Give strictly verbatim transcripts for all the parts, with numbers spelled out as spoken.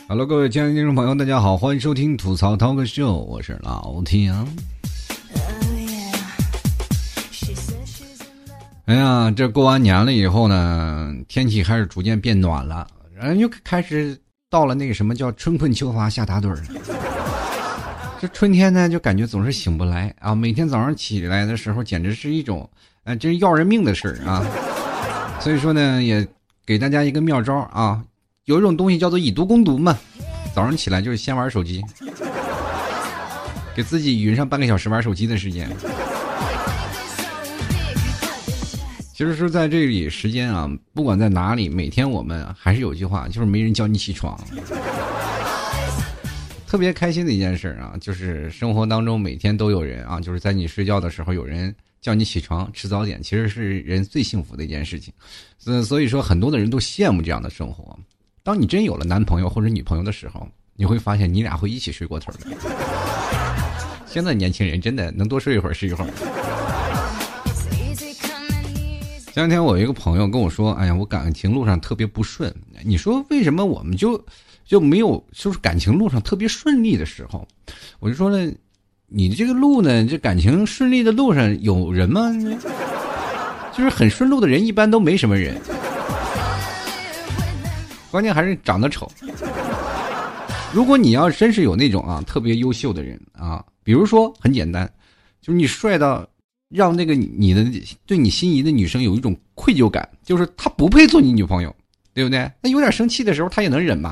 Hello， 各位亲爱的听众朋友，大家好，欢迎收听吐槽涛哥秀，我是老天。哎呀，这过完年了以后呢，天气开始逐渐变暖了，然后又开始到了那个什么叫春困秋乏夏打盹了。这春天呢，就感觉总是醒不来啊！每天早上起来的时候，简直是一种，呃，真是要人命的事儿啊！所以说呢，也给大家一个妙招啊，有一种东西叫做以毒攻毒嘛。早上起来就是先玩手机，给自己匀上半个小时玩手机的时间。其实说在这里时间啊，不管在哪里，每天我们还是有句话，就是没人叫你起床。特别开心的一件事啊，就是生活当中每天都有人啊，就是在你睡觉的时候有人叫你起床吃早点，其实是人最幸福的一件事情。所以说很多的人都羡慕这样的生活。当你真有了男朋友或者女朋友的时候，你会发现你俩会一起睡过头的。现在年轻人真的能多睡一会儿是一会儿。前两天我有一个朋友跟我说，哎呀，我感情路上特别不顺。你说为什么我们就就没有就是感情路上特别顺利的时候？我就说呢，你这个路呢，这感情顺利的路上有人吗？就是很顺路的人一般都没什么人，关键还是长得丑。如果你要真是有那种啊特别优秀的人啊，比如说很简单，就是你帅到让那个你的对你心仪的女生有一种愧疚感，就是她不配做你女朋友，对不对？那有点生气的时候她也能忍嘛。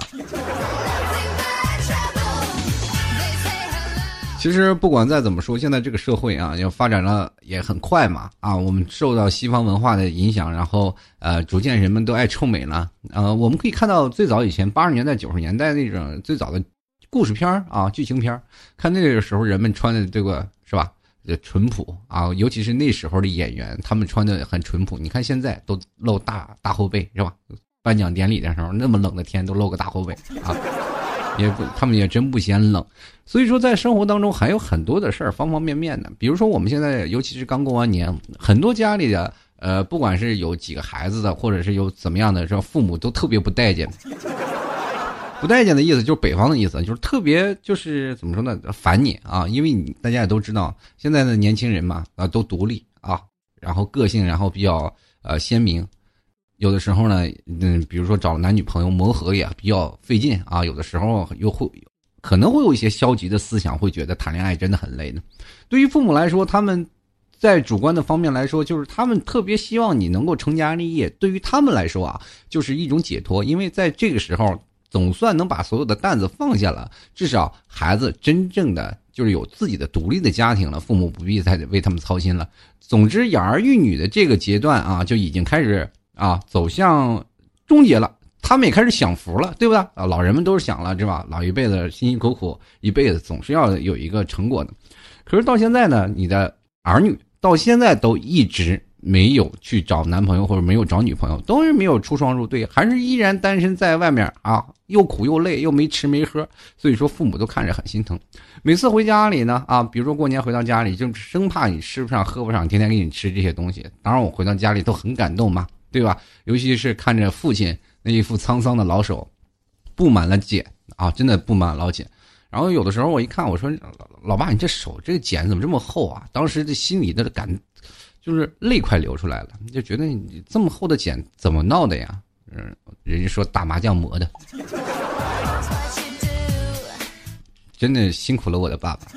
其实不管再怎么说，现在这个社会啊，要发展了也很快嘛啊，我们受到西方文化的影响，然后呃，逐渐人们都爱臭美了。呃，我们可以看到最早以前八十年代、九十年代那种最早的故事片啊、剧情片，看那个时候人们穿的这个是吧？淳朴啊，尤其是那时候的演员，他们穿的很淳朴。你看现在都露大大后背是吧？颁奖典礼的时候，那么冷的天都露个大后背啊。也不，他们也真不嫌冷。所以说在生活当中还有很多的事儿，方方面面的。比如说我们现在尤其是刚过完年，很多家里的呃不管是有几个孩子的，或者是有怎么样的，说父母都特别不待见。不待见的意思就是北方的意思，就是特别就是怎么说呢，烦你啊。因为你大家也都知道现在的年轻人嘛啊都独立啊，然后个性然后比较呃鲜明。有的时候呢，嗯，比如说找男女朋友磨合也比较费劲啊，有的时候又会可能会有一些消极的思想，会觉得谈恋爱真的很累的。对于父母来说，他们在主观的方面来说，就是他们特别希望你能够成家立业。对于他们来说啊，就是一种解脱，因为在这个时候总算能把所有的担子放下了，至少孩子真正的就是有自己的独立的家庭了，父母不必再为他们操心了。总之，养儿育女的这个阶段啊，就已经开始啊，走向终结了，他们也开始享福了，对吧？啊，老人们都是想了，是吧？老一辈子辛辛苦苦一辈子，总是要有一个成果的。可是到现在呢，你的儿女到现在都一直没有去找男朋友，或者没有找女朋友，都是没有出双入对，还是依然单身在外面啊，又苦又累，又没吃没喝，所以说父母都看着很心疼。每次回家里呢，啊，比如说过年回到家里，就生怕你吃不上喝不上，天天给你吃这些东西。当然我回到家里都很感动嘛，对吧？尤其是看着父亲那一副沧桑的老手，布满了茧啊，真的布满了老茧。然后有的时候我一看，我说老爸，你这手这个茧怎么这么厚啊？当时这心里的感就是泪快流出来了，就觉得你这么厚的茧怎么闹的呀？嗯，人家说打麻将磨的，真的辛苦了我的爸爸。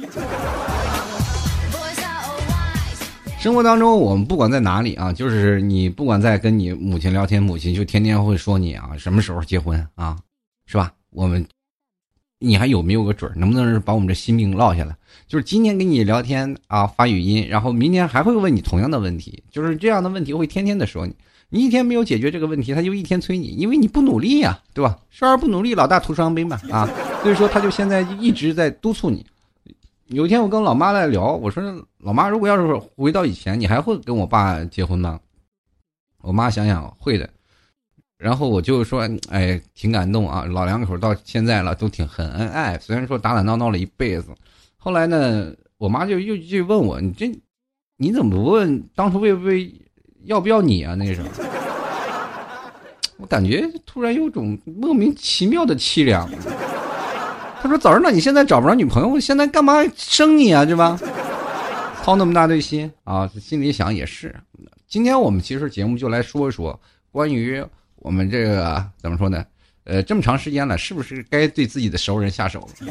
生活当中我们不管在哪里啊，就是你不管在跟你母亲聊天，母亲就天天会说你啊什么时候结婚啊，是吧？我们你还有没有个准，能不能把我们这心病落下来？就是今天跟你聊天啊发语音，然后明天还会问你同样的问题，就是这样的问题会天天的说你，你一天没有解决这个问题，他就一天催你，因为你不努力呀、啊，对吧？少儿不努力，老大徒伤悲嘛啊，所以说他就现在一直在督促你。有一天我跟老妈在聊，我说老妈，如果要是回到以前，你还会跟我爸结婚吗？我妈想想会的。然后我就说，哎，挺感动啊，老两口到现在了都挺很恩爱，虽然说打打闹闹了一辈子。后来呢，我妈就又就问我，你这你怎么不问当初为不为要不要你啊？那时候我感觉突然有种莫名其妙的凄凉。 他说早知道你现在找不着女朋友，现在干嘛生你啊，对吧？操那么大对心啊，心里想也是。今天我们其实节目就来说一说关于我们这个怎么说呢？呃，这么长时间了，是不是该对自己的熟人下手了？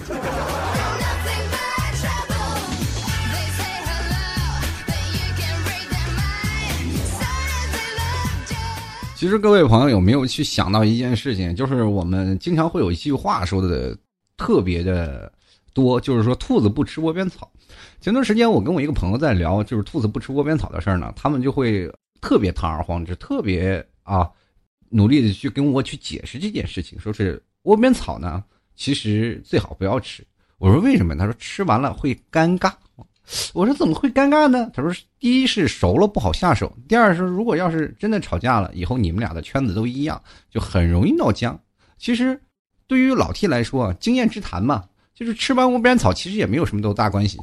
其实各位朋友有没有去想到一件事情，就是我们经常会有一句话说的特别的多，就是说兔子不吃窝边草。前段时间我跟我一个朋友在聊，就是兔子不吃窝边草的事儿呢，他们就会特别堂而皇之，特别啊努力的去跟我去解释这件事情，说是窝边草呢其实最好不要吃。我说为什么？他说吃完了会尴尬。我说怎么会尴尬呢？他说第一是熟了不好下手，第二是如果要是真的吵架了以后，你们俩的圈子都一样，就很容易闹僵。其实对于老 T 来说，经验之谈嘛，就是吃完窝边草其实也没有什么多大关系。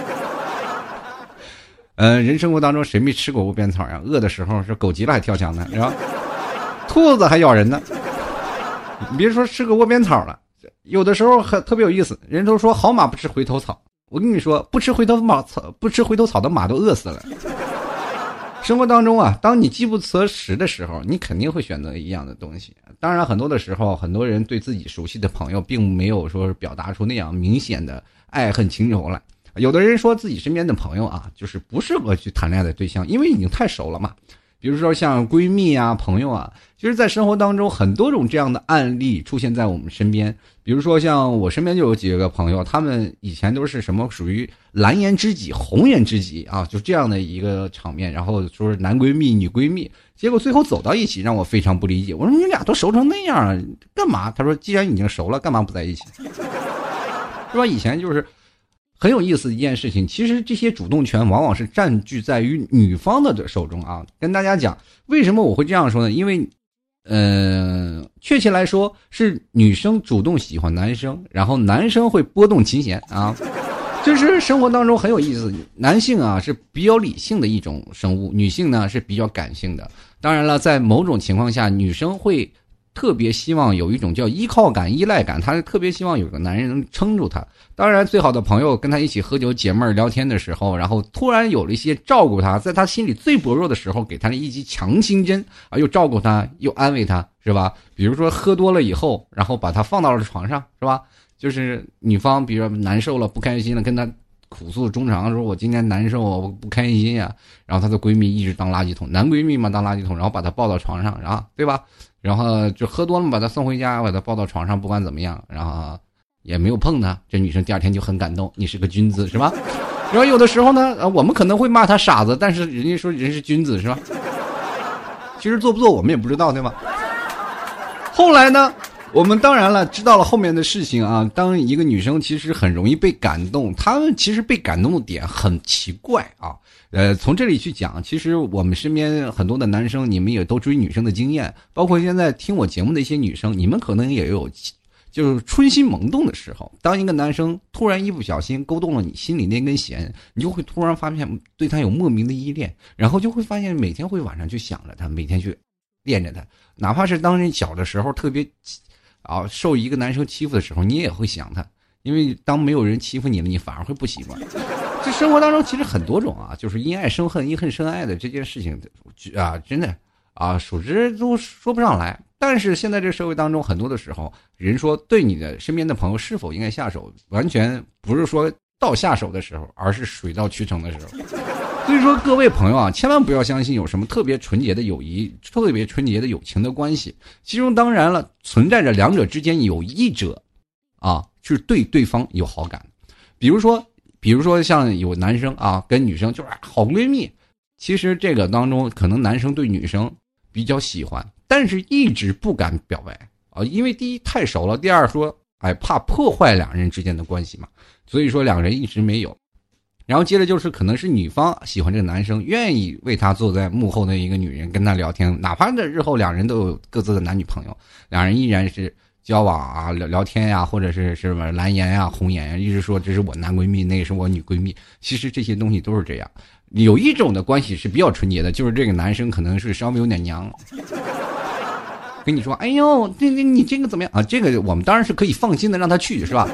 呃，人生活当中谁没吃过窝边草呀？饿的时候是狗急了还跳墙呢，是吧？兔子还咬人呢。你别说吃个窝边草了，有的时候很特别有意思，人都说好马不吃回头草。我跟你说，不吃回头马草，不吃回头草的马都饿死了。生活当中啊，当你饥不择食的时候，你肯定会选择一样的东西。当然，很多的时候，很多人对自己熟悉的朋友，并没有说表达出那样明显的爱恨情仇来。有的人说自己身边的朋友啊，就是不适合去谈恋爱的对象，因为已经太熟了嘛。比如说像闺蜜啊、朋友啊，其实在生活当中很多种这样的案例出现在我们身边。比如说像我身边就有几个朋友，他们以前都是什么属于蓝颜知己、红颜知己啊，就这样的一个场面，然后说是男闺蜜、女闺蜜，结果最后走到一起，让我非常不理解。我说你俩都熟成那样了，干嘛？他说既然已经熟了，干嘛不在一起？是吧？以前就是很有意思的一件事情，其实这些主动权往往是占据在于女方的手中啊。跟大家讲，为什么我会这样说呢？因为呃，确切来说是女生主动喜欢男生，然后男生会拨动琴弦啊。就是生活当中很有意思，男性啊是比较理性的一种生物，女性呢是比较感性的。当然了，在某种情况下，女生会特别希望有一种叫依靠感、依赖感，她特别希望有个男人能撑住她。当然，最好的朋友跟她一起喝酒、解闷、聊天的时候，然后突然有了一些照顾她，在她心里最薄弱的时候，给她一剂强心针啊，又照顾她，又安慰她，是吧？比如说喝多了以后，然后把她放到了床上，是吧？就是女方，比如说难受了、不开心了，跟她苦诉衷肠，说我今天难受，我不开心呀、啊。然后她的闺蜜一直当垃圾桶，男闺蜜嘛当垃圾桶，然后把她抱到床上，然后对吧？然后就喝多了把她送回家，把她抱到床上，不管怎么样，然后也没有碰她。这女生第二天就很感动，你是个君子是吧？然后有的时候呢，我们可能会骂她傻子，但是人家说人是君子是吧？其实做不做我们也不知道对吧？后来呢？我们当然了，知道了后面的事情啊。当一个女生其实很容易被感动，她们其实被感动的点很奇怪啊。呃，从这里去讲，其实我们身边很多的男生，你们也都追女生的经验，包括现在听我节目的一些女生，你们可能也有就是春心萌动的时候。当一个男生突然一不小心勾动了你心里那根弦，你就会突然发现对他有莫名的依恋，然后就会发现每天会晚上去想着他，每天去恋着他，哪怕是当你小的时候特别啊，受一个男生欺负的时候，你也会想他，因为当没有人欺负你了，你反而会不习惯。这生活当中其实很多种啊，就是因爱生恨，因恨生爱的这件事情啊，真的啊，数之都说不上来。但是现在这个社会当中，很多的时候，人说对你的身边的朋友是否应该下手，完全不是说到下手的时候，而是水到渠成的时候。所以说各位朋友啊，千万不要相信有什么特别纯洁的友谊，特别纯洁的友情的关系，其中当然了存在着两者之间有一者啊是对对方有好感。比如说比如说像有男生啊跟女生就是好闺蜜，其实这个当中可能男生对女生比较喜欢，但是一直不敢表白啊，因为第一太熟了，第二说哎怕破坏两人之间的关系嘛，所以说两人一直没有。然后接着就是可能是女方喜欢这个男生，愿意为他坐在幕后的一个女人跟他聊天，哪怕这日后两人都有各自的男女朋友，两人依然是交往啊聊聊天呀、啊，或者是是吧蓝颜呀、啊、红颜呀、啊，一直说这是我男闺蜜，那个是我女闺蜜。其实这些东西都是这样。有一种的关系是比较纯洁的，就是这个男生可能是稍微有点娘，跟你说哎呦这这你这个怎么样啊，这个我们当然是可以放心的让他去是吧。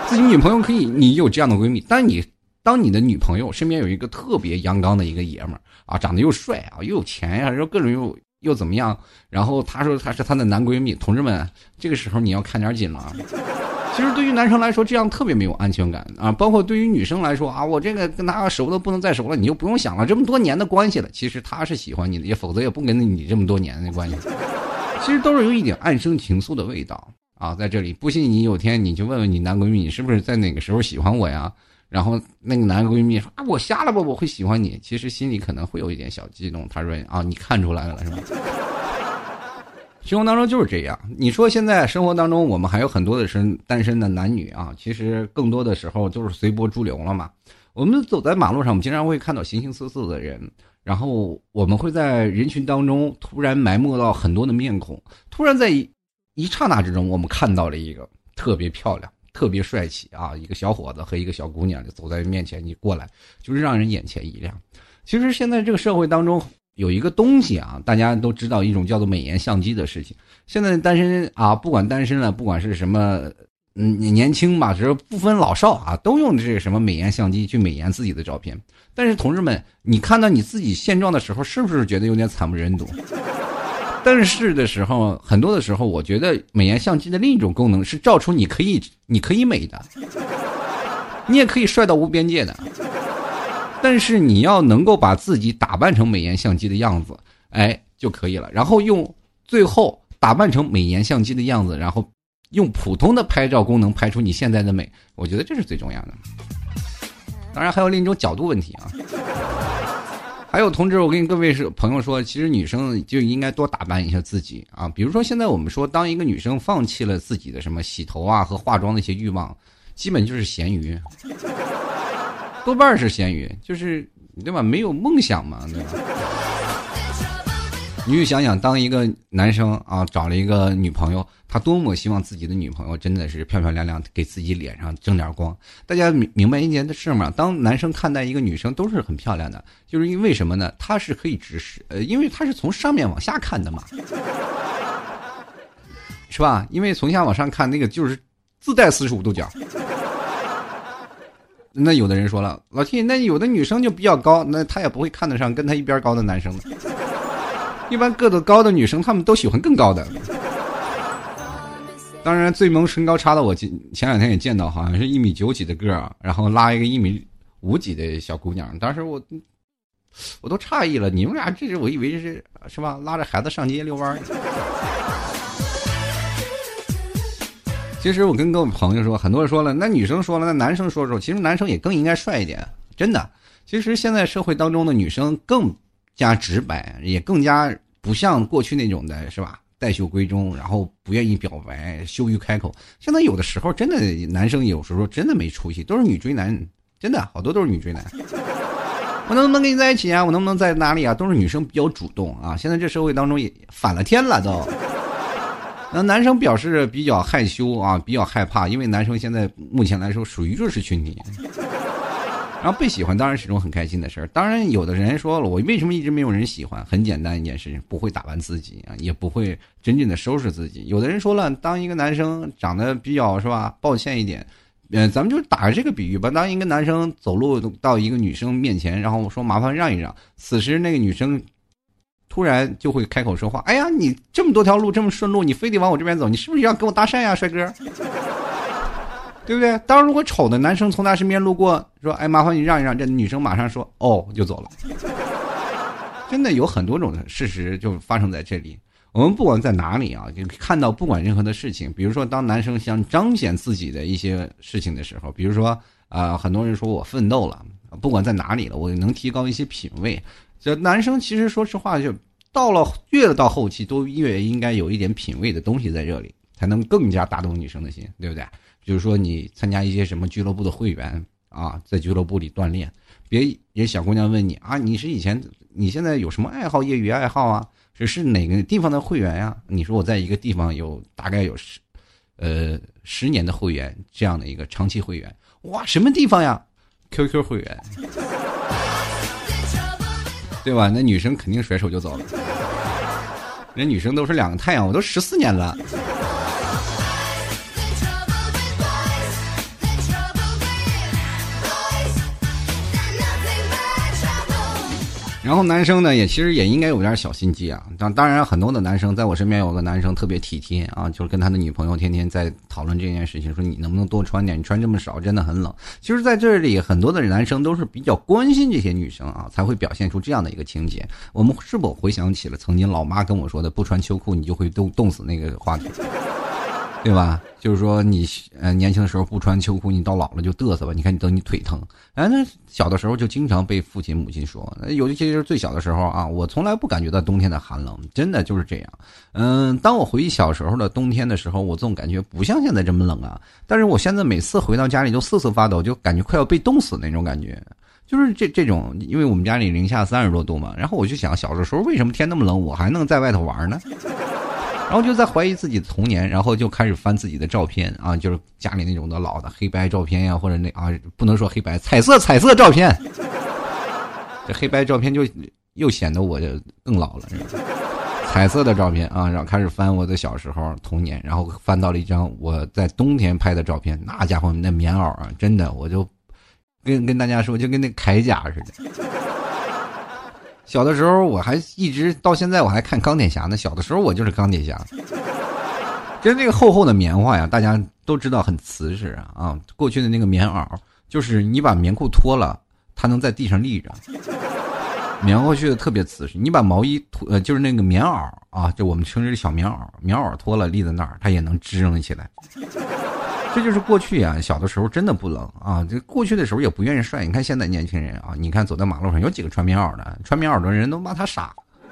自己女朋友可以，你有这样的闺蜜，但你当你的女朋友身边有一个特别阳刚的一个爷们儿啊，长得又帅啊，又有钱呀、啊，然后各种又又怎么样，然后他说他是他的男闺蜜，同志们，这个时候你要看点紧了。其实对于男生来说，这样特别没有安全感啊，包括对于女生来说啊，我这个跟他熟的不能再熟了，你就不用想了，这么多年的关系了，其实他是喜欢你的，也否则也不跟你这么多年的关系。其实都是有一点暗生情愫的味道啊，在这里，不信你有天你就问问你男闺蜜，你是不是在哪个时候喜欢我呀？然后那个男闺蜜说啊，我瞎了吧，我会喜欢你，其实心里可能会有一点小激动。他说啊，你看出来了是吧？生活当中就是这样。你说现在生活当中我们还有很多的是单身的男女啊，其实更多的时候就是随波逐流了嘛。我们走在马路上，我们经常会看到形形色色的人，然后我们会在人群当中突然埋没到很多的面孔，突然在一一刹那之中，我们看到了一个特别漂亮、特别帅气啊，一个小伙子和一个小姑娘就走在面前，你过来就是让人眼前一亮。其实现在这个社会当中有一个东西啊，大家都知道一种叫做美颜相机的事情。现在单身啊，不管单身了，不管是什么，嗯，年轻吧，只是不分老少啊，都用这个什么美颜相机去美颜自己的照片。但是同志们，你看到你自己现状的时候，是不是觉得有点惨不忍睹？但是的时候，很多的时候，我觉得美颜相机的另一种功能是照出你可以，你可以美的，你也可以帅到无边界的。但是你要能够把自己打扮成美颜相机的样子，哎就可以了。然后用最后打扮成美颜相机的样子，然后用普通的拍照功能拍出你现在的美，我觉得这是最重要的。当然还有另一种角度问题啊。还有同志，我跟各位是朋友说，其实女生就应该多打扮一下自己啊。比如说现在我们说，当一个女生放弃了自己的什么洗头啊和化妆的一些欲望，基本就是咸鱼。多半是咸鱼，就是对吧？没有梦想嘛，对吧？你去想想，当一个男生啊找了一个女朋友，他多么希望自己的女朋友真的是漂漂亮亮，给自己脸上争点光。大家明明白一件事嘛？当男生看待一个女生都是很漂亮的，就是因为什么呢？他是可以直视，呃，因为他是从上面往下看的嘛，是吧？因为从下往上看，那个就是自带四十五度角。那有的人说了，老 T， 那有的女生就比较高，那她也不会看得上跟她一边高的男生的。一般个子高的女生，她们都喜欢更高的。当然，最萌身高差的，我前两天也见到，好像是一米九几的个儿，然后拉一个一米五几的小姑娘。当时我我都诧异了，你们俩这是我以为这是是吧？拉着孩子上街遛弯。其实我跟各位朋友说，很多人说了，那女生说了，那男生说说，其实男生也更应该帅一点，真的。其实现在社会当中的女生更加直白，也更加不像过去那种的，是吧？带袖闺中，然后不愿意表白，羞于开口。现在有的时候真的男生有时候真的没出息，都是女追男，真的好多都是女追男。我能不能跟你在一起啊？我能不能在哪里啊？都是女生比较主动啊。现在这社会当中也反了天了都。那男生表示比较害羞啊，比较害怕，因为男生现在目前来说属于弱势群体，然后被喜欢当然是种很开心的事儿。当然有的人说了，我为什么一直没有人喜欢？很简单一件事情，不会打扮自己啊，也不会真正的收拾自己。有的人说了，当一个男生长得比较是吧，抱歉一点，呃，咱们就打这个比喻吧。当一个男生走路到一个女生面前，然后说麻烦让一让，此时那个女生突然就会开口说话，哎呀，你这么多条路这么顺路，你非得往我这边走，你是不是要跟我搭讪呀，帅哥？对不对？当如果丑的男生从他身边路过，说哎麻烦你让一让，这女生马上说哦就走了。真的有很多种事实就发生在这里。我们不管在哪里啊，就看到不管任何的事情，比如说当男生想彰显自己的一些事情的时候，比如说啊、呃，很多人说我奋斗了，不管在哪里了，我能提高一些品味。这男生其实说实话，就到了越到后期，都越应该有一点品味的东西在这里，才能更加打动女生的心，对不对？比如说你参加一些什么俱乐部的会员啊，在俱乐部里锻炼，别人小姑娘问你啊，你是以前你现在有什么爱好，业余爱好啊？是是哪个地方的会员呀？你说我在一个地方有大概有十呃十年的会员，这样的一个长期会员，哇，什么地方呀 ？Q Q 会员。对吧？那女生肯定甩手就走了。那女生都是两个太阳，我都十四年了。 然后男生呢，也其实也应该有点小心机啊。当当然，很多的男生，在我身边有个男生特别体贴啊，就是跟他的女朋友天天在讨论这件事情，说你能不能多穿点，你穿这么少真的很冷。其实在这里，很多的男生都是比较关心这些女生啊，才会表现出这样的一个情节。我们是否回想起了曾经老妈跟我说的，不穿秋裤你就会冻冻死那个话题？对吧？就是说你呃年轻的时候不穿秋裤，你到老了就嘚瑟吧。你看你等你腿疼，哎，那小的时候就经常被父亲母亲说，尤其是最小的时候啊，我从来不感觉到冬天的寒冷，真的就是这样。嗯，当我回忆小时候的冬天的时候，我总感觉不像现在这么冷啊。但是我现在每次回到家里就瑟瑟发抖，就感觉快要被冻死那种感觉。就是这这种，因为我们家里零下三十多度嘛，然后我就想，小的时候为什么天那么冷，我还能在外头玩呢？然后就在怀疑自己的童年，然后就开始翻自己的照片啊，就是家里那种的老的黑白照片呀，或者那啊不能说黑白，彩色彩色照片。这黑白照片就又显得我就更老了。彩色的照片啊，然后开始翻我的小时候童年，然后翻到了一张我在冬天拍的照片，那家伙那棉袄啊，真的我就跟跟大家说，就跟那铠甲似的。小的时候我还一直到现在我还看钢铁侠呢，小的时候我就是钢铁侠。其实那个厚厚的棉花呀，大家都知道很瓷实啊。过去的那个棉袄，就是你把棉裤脱了，它能在地上立着，棉过去的特别瓷实。你把毛衣脱，呃，就是那个棉袄啊，就我们称之为小棉袄，棉袄脱了立在那儿，它也能支棱起来。这就是过去啊，小的时候真的不冷啊。这过去的时候也不愿意晒。你看现在年轻人啊，你看走在马路上有几个穿棉袄的？穿棉袄的人都骂他傻，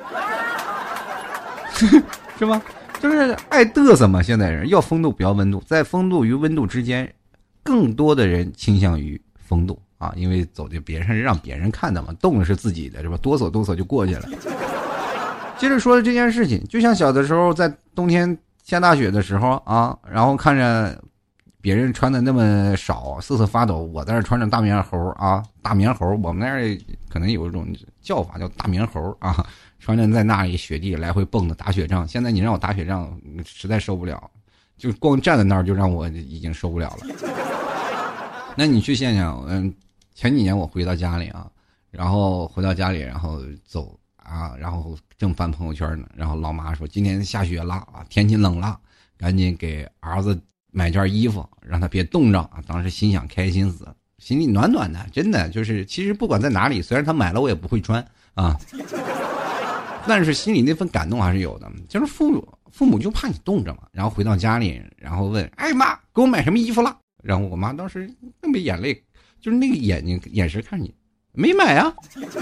是吧？就是爱嘚瑟嘛。现在人要风度不要温度，在风度与温度之间，更多的人倾向于风度啊，因为走在别人是让别人看的嘛，冻是自己的是吧？哆嗦哆嗦就过去了。接着说的这件事情，就像小的时候在冬天下大雪的时候啊，然后看着别人穿的那么少，瑟瑟发抖，我在这穿着大棉猴啊，大棉猴，我们那儿可能有一种叫法叫大棉猴啊，穿着在那里雪地来回蹦的打雪仗。现在你让我打雪仗，实在受不了，就光站在那儿就让我已经受不了了。那你去想想，嗯，前几年我回到家里啊，然后回到家里，然后走啊，然后正翻朋友圈呢，然后老妈说今天下雪了啊，天气冷了，赶紧给儿子买件衣服，让他别冻着啊！当时心想开心死，心里暖暖的，真的就是，其实不管在哪里，虽然他买了我也不会穿啊，但是心里那份感动还是有的。就是父母父母就怕你冻着嘛，然后回到家里，然后问：“哎妈，给我买什么衣服了？”然后我妈当时那么眼泪，就是那个眼睛眼神看你，没买啊。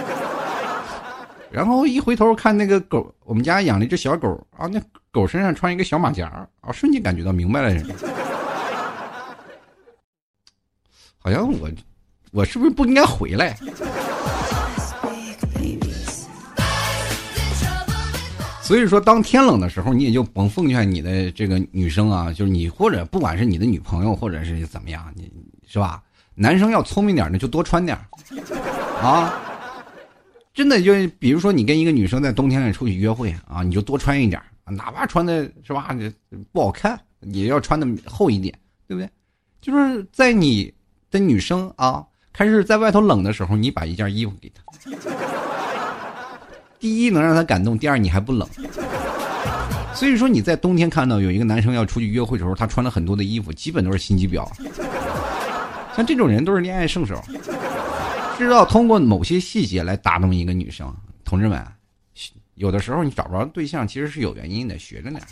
然后一回头看那个狗，我们家养了一只小狗啊，那狗身上穿一个小马甲啊，瞬间感觉到明白了。好像我我是不是不应该回来？所以说当天冷的时候，你也就甭奉劝你的这个女生啊，就是你或者不管是你的女朋友或者是怎么样，你是吧？男生要聪明点的就多穿点啊。真的就比如说你跟一个女生在冬天里出去约会啊，你就多穿一点，哪怕穿的是吧不好看，也要穿的厚一点，对不对？就是在你的女生啊开始在外头冷的时候，你把一件衣服给她，第一能让她感动，第二你还不冷。所以说你在冬天看到有一个男生要出去约会的时候，他穿了很多的衣服，基本都是心机婊。像这种人都是恋爱圣手，知道通过某些细节来打动一个女生。同志们，有的时候你找不着对象其实是有原因的，学着点。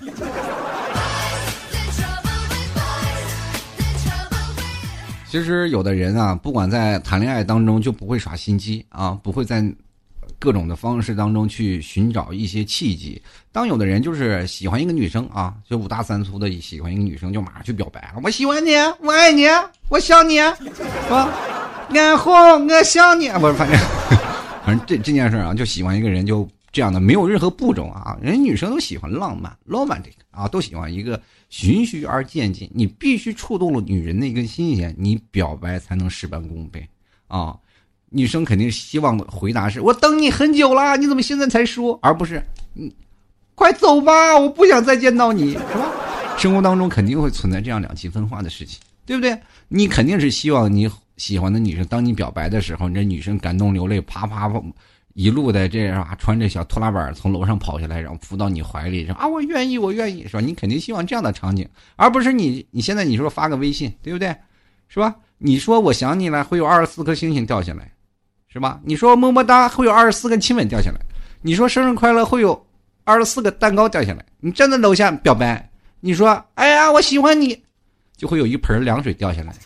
其实有的人啊，不管在谈恋爱当中就不会耍心机啊，不会在各种的方式当中去寻找一些契机。当有的人就是喜欢一个女生啊，就五大三粗的喜欢一个女生，就马上去表白了，我喜欢你，我爱你，我想你，是吧？然后我想你，不是，反正反正这这件事啊，就喜欢一个人就这样的，没有任何步骤啊。人女生都喜欢浪漫 romantic 啊，都喜欢一个循序而渐进。你必须触动了女人的一根心弦，你表白才能事半功倍啊。女生肯定希望的回答是：我等你很久了，你怎么现在才说？而不是你快走吧，我不想再见到你，是吧？生活当中肯定会存在这样两极分化的事情，对不对？你肯定是希望你喜欢的女生，当你表白的时候，你这女生感动流泪，啪啪一路的这样啊，穿着小拖拉板从楼上跑下来，然后扑到你怀里，说啊我愿意我愿意，是吧？你肯定希望这样的场景，而不是你你现在你说发个微信，对不对？是吧？你说我想你了，会有二十四颗星星掉下来，是吧？你说么么哒，会有二十四个亲吻掉下来，你说生日快乐，会有二十四个蛋糕掉下来，你站在楼下表白，你说哎呀我喜欢你，就会有一盆凉水掉下来。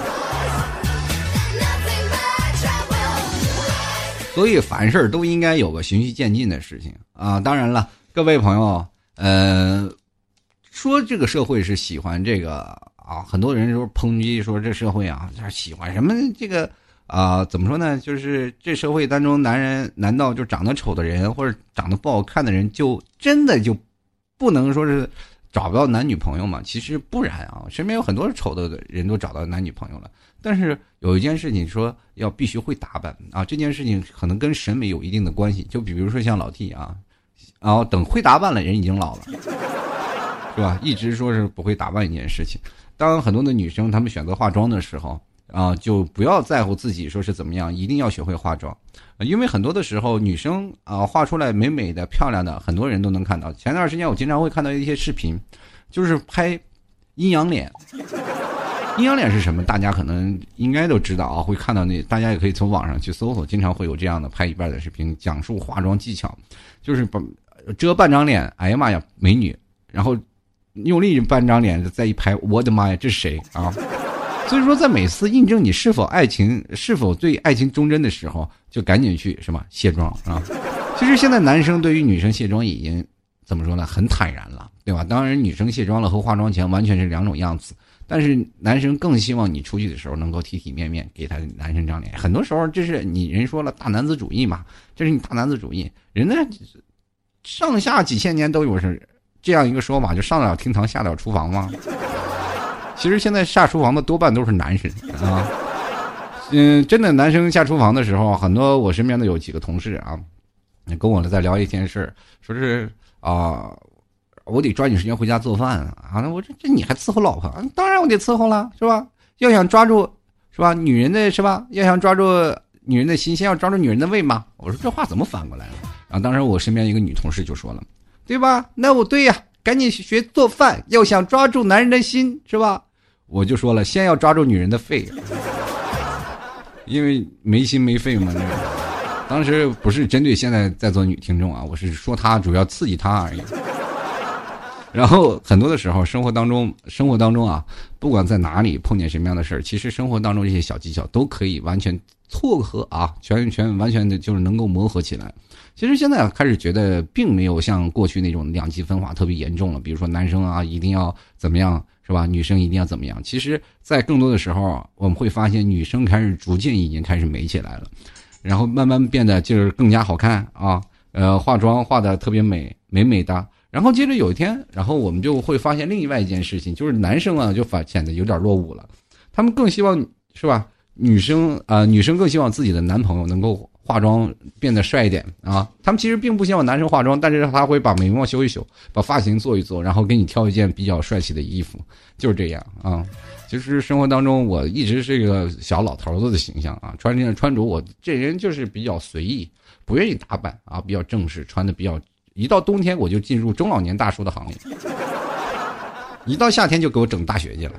所以凡事都应该有个循序渐进的事情啊！当然了，各位朋友，呃，说这个社会是喜欢这个啊，很多人说抨击说这社会啊，喜欢什么这个啊？怎么说呢？就是这社会当中，男人难道就长得丑的人或者长得不好看的人，就真的就不能说是找不到男女朋友吗？其实不然啊，身边有很多丑的人都找到男女朋友了。但是有一件事情说要必须会打扮啊，这件事情可能跟审美有一定的关系。就比如说像老 T 啊，然后等会打扮了，人已经老了，是吧？一直说是不会打扮一件事情。当很多的女生她们选择化妆的时候啊，就不要在乎自己说是怎么样，一定要学会化妆。因为很多的时候女生啊画出来美美的漂亮的，很多人都能看到。前段时间我经常会看到一些视频，就是拍阴阳脸。阴阳脸是什么？大家可能应该都知道啊，会看到那，大家也可以从网上去搜索，经常会有这样的拍一半的视频，讲述化妆技巧，就是把遮半张脸，哎呀妈呀，美女，然后用另一半张脸再一拍，我的妈呀，这是谁啊？所以说，在每次印证你是否爱情、是否对爱情忠贞的时候，就赶紧去什么卸妆啊！其实现在男生对于女生卸妆已经怎么说呢，很坦然了，对吧？当然，女生卸妆了和化妆前完全是两种样子。但是男生更希望你出去的时候能够体体面面，给他男生张脸。很多时候这是你人说了大男子主义嘛，这是你大男子主义。人呢，上下几千年都有是这样一个说法，就上得了厅堂，下得了厨房嘛。其实现在下厨房的多半都是男生啊。嗯，真的男生下厨房的时候，很多我身边的有几个同事啊，跟我在聊一件事，说是啊。我得抓紧时间回家做饭啊！我这这你还伺候老婆？当然我得伺候了，是吧？要想抓住，是吧？女人的是吧？要想抓住女人的心，先要抓住女人的胃嘛。我说这话怎么反过来了？然后当时我身边一个女同事就说了，对吧？那我对呀，赶紧学做饭。要想抓住男人的心，是吧？我就说了，先要抓住女人的肺，因为没心没肺嘛。这个当时不是针对现在在座女听众啊，我是说她主要刺激她而已。然后很多的时候，生活当中，生活当中啊，不管在哪里碰见什么样的事儿，其实生活当中这些小技巧都可以完全撮合啊，全全完全的就是能够磨合起来。其实现在开始觉得，并没有像过去那种两极分化特别严重了。比如说男生啊，一定要怎么样，是吧？女生一定要怎么样？其实，在更多的时候，我们会发现女生开始逐渐已经开始美起来了，然后慢慢变得就是更加好看啊，呃，化妆化的特别美，美美的。然后接着有一天，然后我们就会发现另外一件事情，就是男生啊就发显得有点落伍了，他们更希望是吧？女生啊、呃，女生更希望自己的男朋友能够化妆变得帅一点啊。他们其实并不希望男生化妆，但是他会把眉毛修一修，把发型做一做，然后给你挑一件比较帅气的衣服，就是这样啊。其实生活当中我一直是一个小老头子的形象啊，穿这穿着我这人就是比较随意，不愿意打扮啊，比较正式，穿的比较。一到冬天我就进入中老年大叔的行列，一到夏天就给我整大学去了。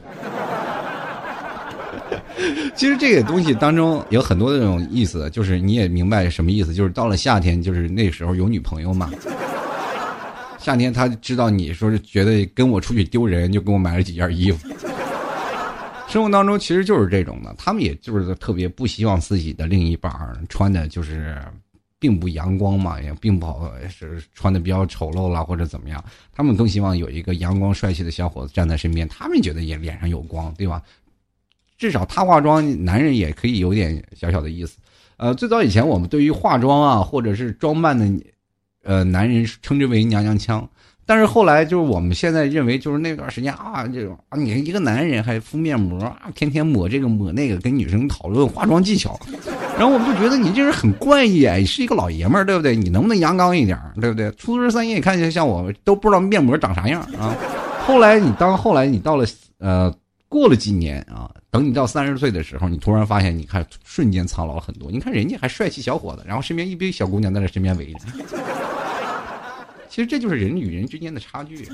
其实这个东西当中有很多的这种意思，就是你也明白什么意思，就是到了夏天，就是那时候有女朋友嘛。夏天他知道你说是觉得跟我出去丢人，就给我买了几件衣服。生活当中其实就是这种的，他们也就是特别不希望自己的另一半穿的就是并不阳光嘛，也并不好是穿的比较丑陋啦或者怎么样，他们更希望有一个阳光帅气的小伙子站在身边，他们觉得也脸上有光，对吧？至少他化妆，男人也可以有点小小的意思。呃，最早以前我们对于化妆啊或者是装扮的呃男人称之为娘娘腔，但是后来就是我们现在认为就是那段时间啊，这种啊，你一个男人还敷面膜啊，天天抹这个抹那个，跟女生讨论化妆技巧，然后我们就觉得你这人很怪异啊，你是一个老爷们儿，对不对？你能不能阳刚一点，对不对？初十三夜，你看起来像我都不知道面膜长啥样啊。后来你当后来你到了呃过了几年啊， 等你到三十岁的时候，你突然发现，你看瞬间苍老了很多。你看人家还帅气小伙子，然后身边一堆小姑娘在他身边围着。其实这就是人与人之间的差距。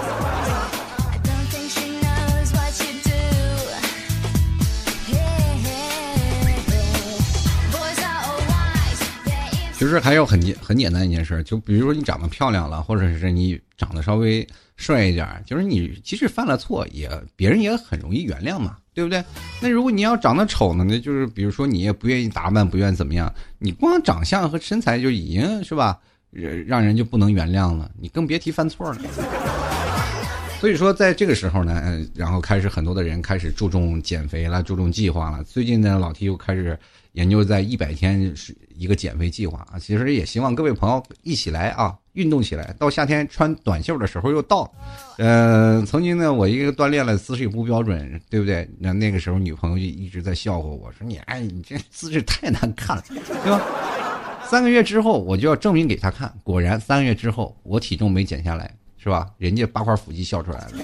其实还有很简很简单一件事，就比如说你长得漂亮了，或者是你长得稍微帅一点，就是你即使犯了错，也别人也很容易原谅嘛，对不对？那如果你要长得丑呢，那就是比如说你也不愿意打扮，不愿意怎么样，你光长相和身材就已经是吧，让人就不能原谅了，你更别提犯错了。所以说在这个时候呢，然后开始很多的人开始注重减肥了，注重计划了。最近呢，老 T 又开始研究在一百天是一个减肥计划啊。其实也希望各位朋友一起来啊，运动起来。到夏天穿短袖的时候又到，呃，曾经呢，我一个锻炼了姿势也不标准，对不对？那那个时候女朋友就一直在笑话我说你哎，你这姿势太难看了，对吧？三个月之后我就要证明给他看，果然三个月之后我体重没减下来。是吧？人家八块腹肌笑出来了。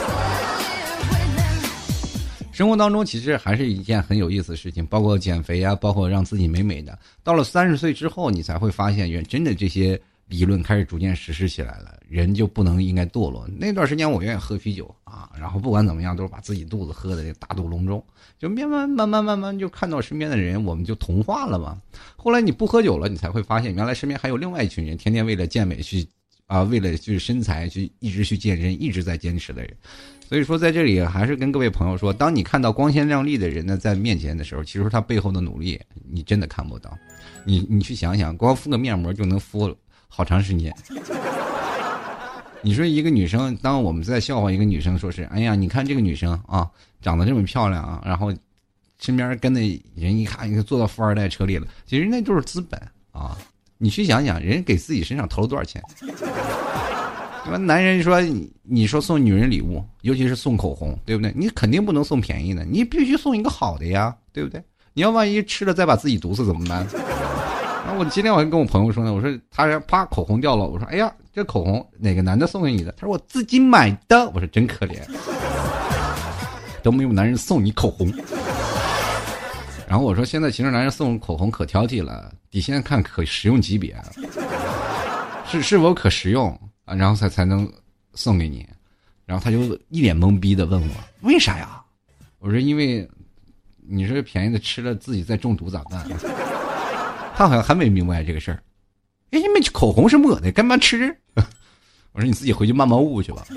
生活当中其实还是一件很有意思的事情，包括减肥啊，包括让自己美美的。到了三十岁之后，你才会发现，原真的这些理论开始逐渐实施起来了。人就不能应该堕落。那段时间我愿意喝啤酒啊，然后不管怎么样，都是把自己肚子喝的大肚隆中。就慢慢慢慢慢慢就看到身边的人，我们就同化了嘛。后来你不喝酒了，你才会发现，原来身边还有另外一群人，天天为了健美去。啊，为了就是身材去一直去健身，一直在坚持的人。所以说在这里还是跟各位朋友说，当你看到光鲜亮丽的人呢在面前的时候，其实他背后的努力你真的看不到。你你去想想，光敷个面膜就能敷好长时间。你说一个女生，当我们在笑话一个女生说是，哎呀，你看这个女生啊，长得这么漂亮啊，然后身边跟的人一看，坐到富二代车里了，其实那就是资本啊。你去想想，人给自己身上投了多少钱？对吧？男人说你，你说送女人礼物，尤其是送口红，对不对？你肯定不能送便宜的，你必须送一个好的呀，对不对？你要万一吃了再把自己毒死怎么办？然后我今天我还跟我朋友说呢，我说他啪口红掉了，我说哎呀，这口红哪个男的送给你的？他说我自己买的，我说真可怜，都没有男人送你口红。然后我说现在其实男人送口红可挑剔了，得先看可实用级别，是是否可实用啊，然后才才能送给你。然后他就一脸懵逼的问我为啥呀？我说因为你说便宜的吃了自己再中毒咋办？他好像还没明白这个事儿。哎，因为口红是抹的，干嘛吃？我说你自己回去慢慢悟去吧。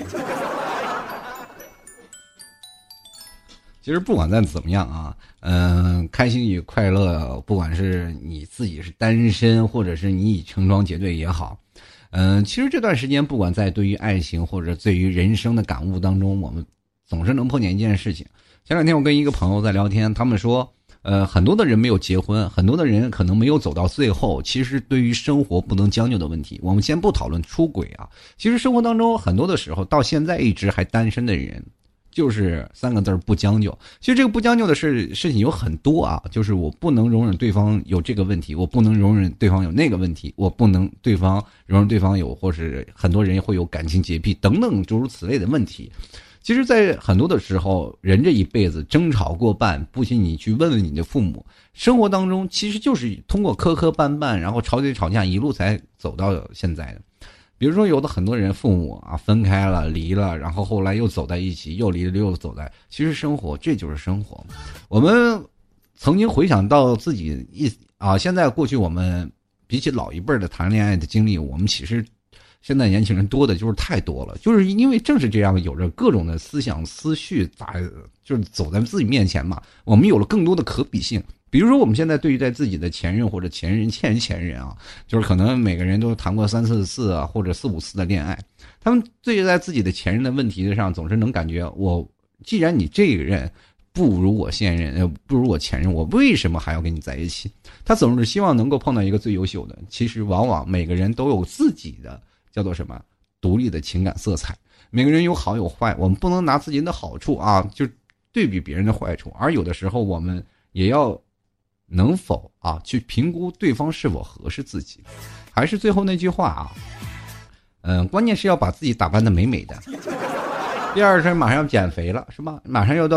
其实不管再怎么样啊，嗯、呃，开心与快乐，不管是你自己是单身，或者是你已成双结对也好，嗯、呃，其实这段时间，不管在对于爱情或者对于人生的感悟当中，我们总是能碰见一件事情。前两天我跟一个朋友在聊天，他们说，呃，很多的人没有结婚，很多的人可能没有走到最后。其实对于生活不能将就的问题，我们先不讨论出轨啊。其实生活当中很多的时候，到现在一直还单身的人。就是三个字不将就。其实这个不将就的事事情有很多啊，就是我不能容忍对方有这个问题，我不能容忍对方有那个问题，我不能对方容忍对方有，或是很多人会有感情洁癖等等诸如此类的问题。其实在很多的时候，人这一辈子争吵过半，不信你去问问你的父母，生活当中其实就是通过磕磕绊绊，然后吵嘴吵架一路才走到现在的。比如说有的很多人父母啊分开了离了，然后后来又走在一起，又离了又走在，其实生活这就是生活。我们曾经回想到自己一啊，现在过去我们比起老一辈的谈恋爱的经历，我们其实现在年轻人多的就是太多了，就是因为正是这样，有着各种的思想思绪咋就是走在自己面前嘛，我们有了更多的可比性。比如说我们现在对于在自己的前任或者前任前前任啊，就是可能每个人都谈过三四次啊或者四五次的恋爱，他们对待自己的前任的问题上总是能感觉，我既然你这个人不如我现任呃不如我前任，我为什么还要跟你在一起？他总是希望能够碰到一个最优秀的。其实往往每个人都有自己的叫做什么独立的情感色彩，每个人有好有坏，我们不能拿自己的好处啊就对比别人的坏处，而有的时候我们也要能否啊去评估对方是否合适自己。还是最后那句话啊，嗯，关键是要把自己打扮得美美的。第二是马上要减肥了，是吧？马上要到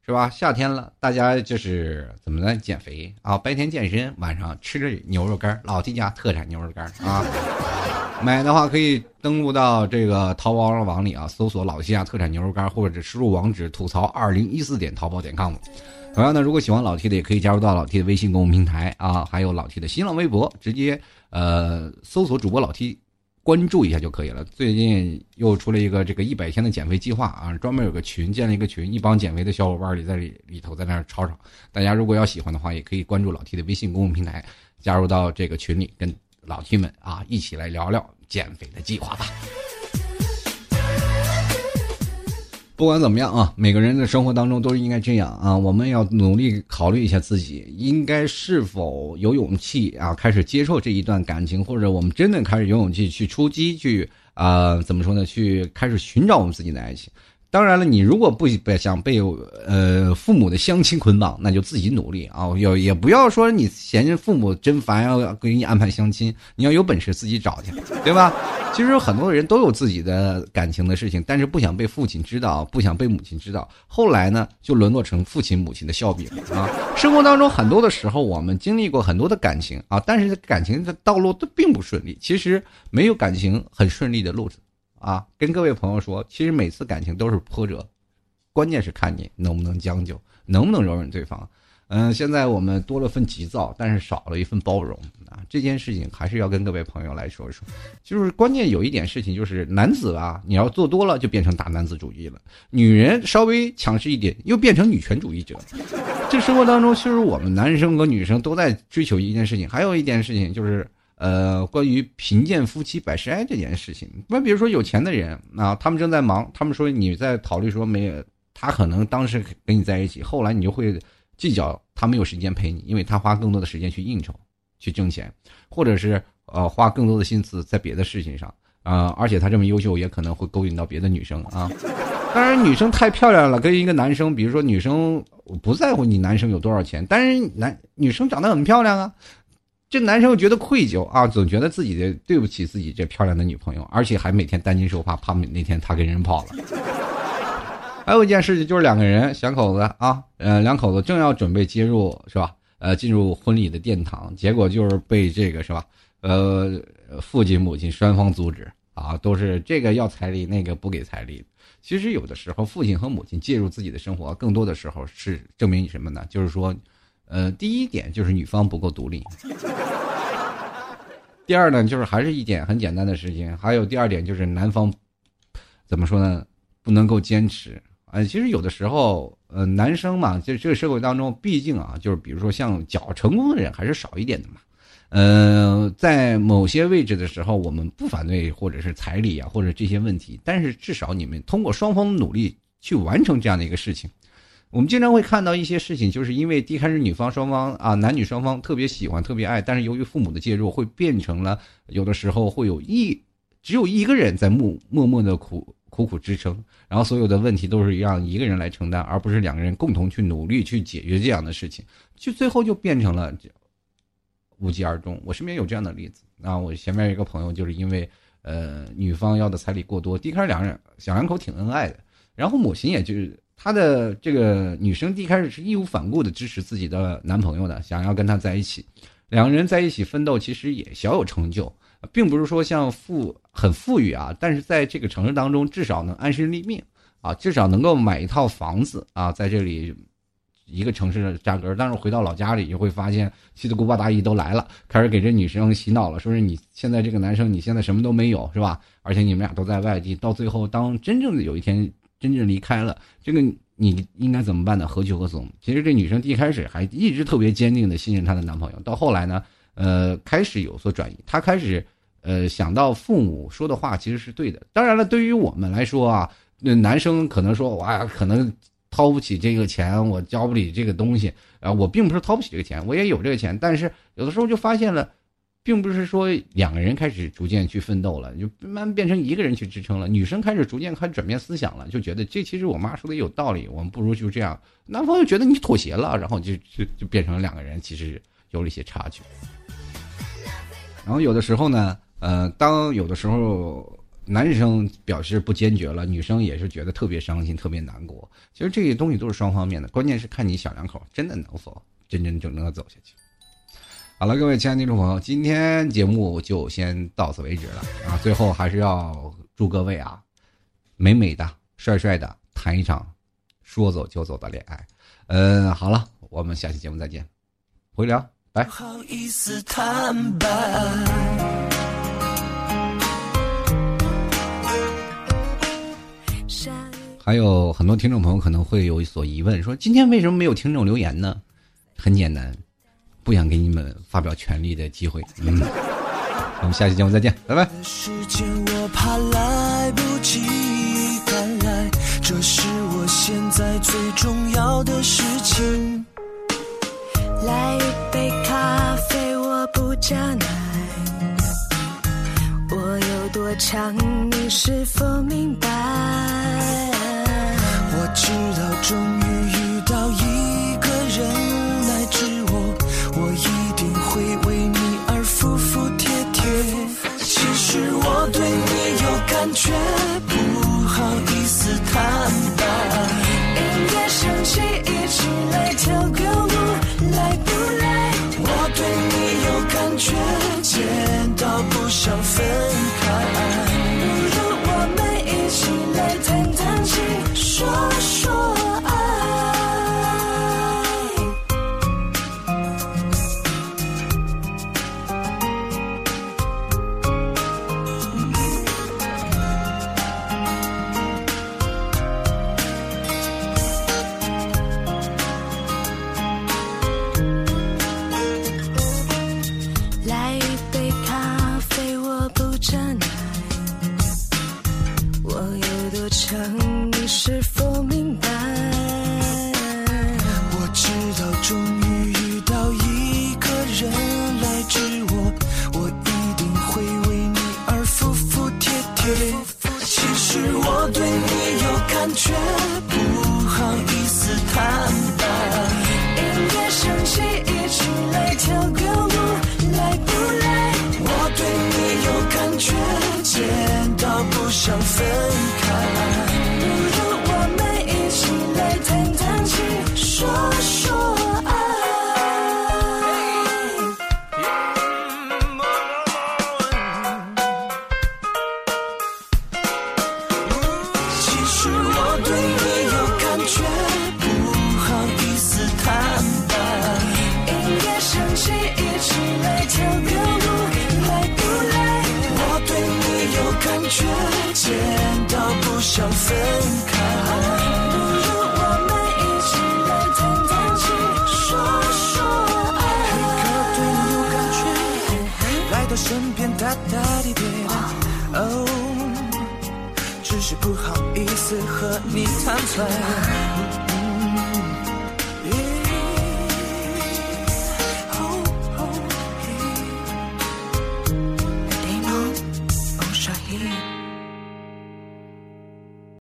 是吧？夏天了，大家就是怎么来减肥啊？白天健身，晚上吃着牛肉干，老 T 家特产牛肉干啊。买的话可以登录到这个淘宝网里啊，搜索老 T 家特产牛肉干，或者输入网址吐槽二零一四点淘宝点 com。同样呢，如果喜欢老 T 的，也可以加入到老 T 的微信公众平台啊，还有老 T 的新浪微博，直接呃搜索主播老 T。关注一下就可以了。最近又出了一个这个一百天的减肥计划啊，专门有个群，建了一个群，一帮减肥的小伙伴里在里里头在那儿吵吵。大家如果要喜欢的话，也可以关注老 T 的微信公众平台，加入到这个群里，跟老 T 们啊一起来聊聊减肥的计划吧。不管怎么样啊，每个人的生活当中都应该这样啊，我们要努力考虑一下自己应该是否有勇气啊，开始接受这一段感情，或者我们真的开始有勇气去出击，去啊、呃、怎么说呢，去开始寻找我们自己的爱情。当然了，你如果不想被呃父母的相亲捆绑，那就自己努力啊！也也不要说你嫌弃父母真烦，要给你安排相亲，你要有本事自己找去，对吧？其实很多人都有自己的感情的事情，但是不想被父亲知道，不想被母亲知道，后来呢就沦落成父亲母亲的笑柄啊！生活当中很多的时候，我们经历过很多的感情啊，但是感情的道路都并不顺利。其实没有感情很顺利的路子。啊，跟各位朋友说，其实每次感情都是波折，关键是看你能不能将就，能不能容忍对方。嗯、呃，现在我们多了份急躁，但是少了一份包容啊。这件事情还是要跟各位朋友来说一说。就是关键有一点事情，就是男子啊，你要做多了就变成大男子主义了；女人稍微强势一点，又变成女权主义者。这生活当中，其实我们男生和女生都在追求一件事情，还有一件事情就是。呃，关于贫贱夫妻百事哀这件事情，那比如说有钱的人啊，他们正在忙，他们说你在考虑说没有，他可能当时跟你在一起，后来你就会计较他没有时间陪你，因为他花更多的时间去应酬、去挣钱，或者是呃花更多的心思在别的事情上啊、呃，而且他这么优秀，也可能会勾引到别的女生啊。当然，女生太漂亮了，跟一个男生，比如说女生，我不在乎你男生有多少钱，但是男女生长得很漂亮啊。这男生又觉得愧疚啊，总觉得自己的对不起自己这漂亮的女朋友，而且还每天担惊受怕，怕那天他跟人跑了。还有一件事情就是两个人两口子啊，呃，两口子正要准备接入是吧？呃，进入婚礼的殿堂，结果就是被这个是吧？呃，父亲母亲双方阻止啊，都是这个要彩礼，那个不给彩礼。其实有的时候父亲和母亲介入自己的生活，更多的时候是证明你什么呢？就是说。呃，第一点就是女方不够独立。第二呢，就是还是一点很简单的事情。还有第二点就是男方怎么说呢？不能够坚持。呃，其实有的时候，呃，男生嘛，就这个社会当中，毕竟啊，就是比如说像较成功的人还是少一点的嘛。呃，在某些位置的时候，我们不反对或者是彩礼啊，或者这些问题，但是至少你们通过双方的努力去完成这样的一个事情。我们经常会看到一些事情，就是因为一开始女方双方啊，男女双方特别喜欢、特别爱，但是由于父母的介入，会变成了有的时候会有一只有一个人在默默默的苦苦苦支撑，然后所有的问题都是让一个人来承担，而不是两个人共同去努力去解决这样的事情，就最后就变成了无疾而终。我身边有这样的例子啊，我前面有一个朋友就是因为呃女方要的彩礼过多，第一开始两人小两口挺恩爱的，然后母亲也就是。她的这个女生第一开始是义无反顾的支持自己的男朋友的，想要跟他在一起，两个人在一起奋斗，其实也小有成就，并不是说像富很富裕啊，但是在这个城市当中至少能安身立命啊，至少能够买一套房子啊，在这里一个城市的扎根。但是回到老家里就会发现七大姑八大姨都来了，开始给这女生洗脑了，说是你现在这个男生你现在什么都没有是吧？而且你们俩都在外地，到最后当真正的有一天真正离开了，这个你应该怎么办呢？何去何从？其实这女生第一开始还一直特别坚定的信任她的男朋友，到后来呢，呃，开始有所转移，她开始呃想到父母说的话其实是对的。当然了，对于我们来说啊，那男生可能说哇，可能掏不起这个钱，我交不起这个东西啊，我并不是掏不起这个钱，我也有这个钱，但是有的时候就发现了。并不是说两个人开始逐渐去奋斗了，就慢慢变成一个人去支撑了。女生开始逐渐开始转变思想了，就觉得这其实我妈说的有道理，我们不如就这样。男方又觉得你妥协了，然后就就就变成了两个人其实有了一些差距。然后有的时候呢，呃，当有的时候男生表示不坚决了，女生也是觉得特别伤心特别难过。其实这些东西都是双方面的，关键是看你小两口真的能否真真正正的走下去。好了，各位亲爱的听众朋友，今天节目就先到此为止了啊！最后还是要祝各位啊，美美的、帅帅的谈一场说走就走的恋爱。嗯，好了，我们下期节目再见，回聊，拜。 不好意思坦白， 还有很多听众朋友可能会有所疑问，说今天为什么没有听众留言呢？很简单，不想给你们发表权利的机会。嗯，我们下期节目再见，拜拜。 时间我怕来不及赶来，这是我现在最重要的事情。 来一杯咖啡，我不加奶，我有多强，你是否明白？ 我知道终于遇到一个人来治我，我一定会为你而服服帖帖。其实我对你有感觉，不好意思坦白。 音乐响起，一起来跳个舞，来不来？ 我对你有感觉，见到不想分开。 不如我们一起来弹弹琴，说说爱。来一杯咖啡，我不加奶，我有多强，你是否明白？ 我知道终于遇到一个人来治我，我一定会为你而服服帖帖。其实我对你有感觉，不好意思坦白。 音乐响起，一起来跳个舞，来不来？ 我对你有感觉，见到不想分开。 不如我们一起来弹弹琴，说说爱。 其实我对你有感觉，不好意思坦白。 音乐响起，一起来跳个舞，来不来？ 我对你有感觉，见到不想分开。 不如我们一起来弹弹琴，说说爱。 可对你有感觉，来到身边大大咧咧的，哦，只是不好意思和你坦白。